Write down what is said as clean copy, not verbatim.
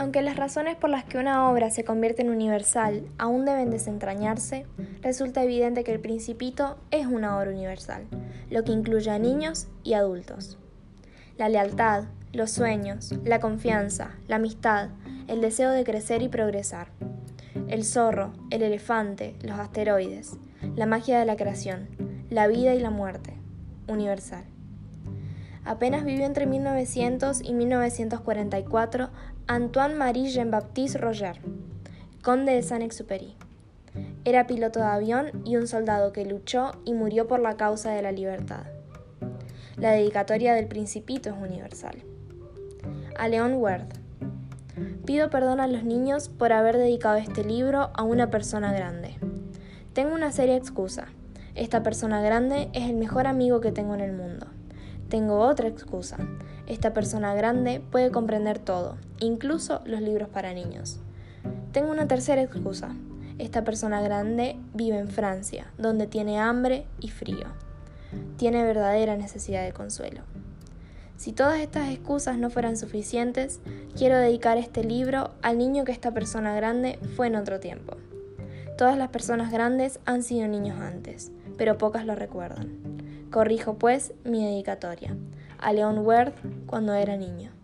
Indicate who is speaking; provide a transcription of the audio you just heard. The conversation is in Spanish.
Speaker 1: Aunque las razones por las que una obra se convierte en universal aún deben desentrañarse, resulta evidente que El Principito es una obra universal, lo que incluye a niños y adultos. La lealtad, los sueños, la confianza, la amistad, el deseo de crecer y progresar. El zorro, el elefante, los asteroides, la magia de la creación, la vida y la muerte. Universal. Apenas vivió entre 1900 y 1944 Antoine-Marie Jean-Baptiste Roger, conde de Saint-Exupéry. Era piloto de avión y un soldado que luchó y murió por la causa de la libertad. La dedicatoria del Principito es universal. A Leon Werth. Pido perdón a los niños por haber dedicado este libro a una persona grande. Tengo una seria excusa. Esta persona grande es el mejor amigo que tengo en el mundo. Tengo otra excusa. Esta persona grande puede comprender todo, incluso los libros para niños. Tengo una tercera excusa. Esta persona grande vive en Francia, donde tiene hambre y frío. Tiene verdadera necesidad de consuelo. Si todas estas excusas no fueran suficientes, quiero dedicar este libro al niño que esta persona grande fue en otro tiempo. Todas las personas grandes han sido niños antes, pero pocas lo recuerdan. Corrijo, pues, mi dedicatoria. A Leon Werth cuando era niño.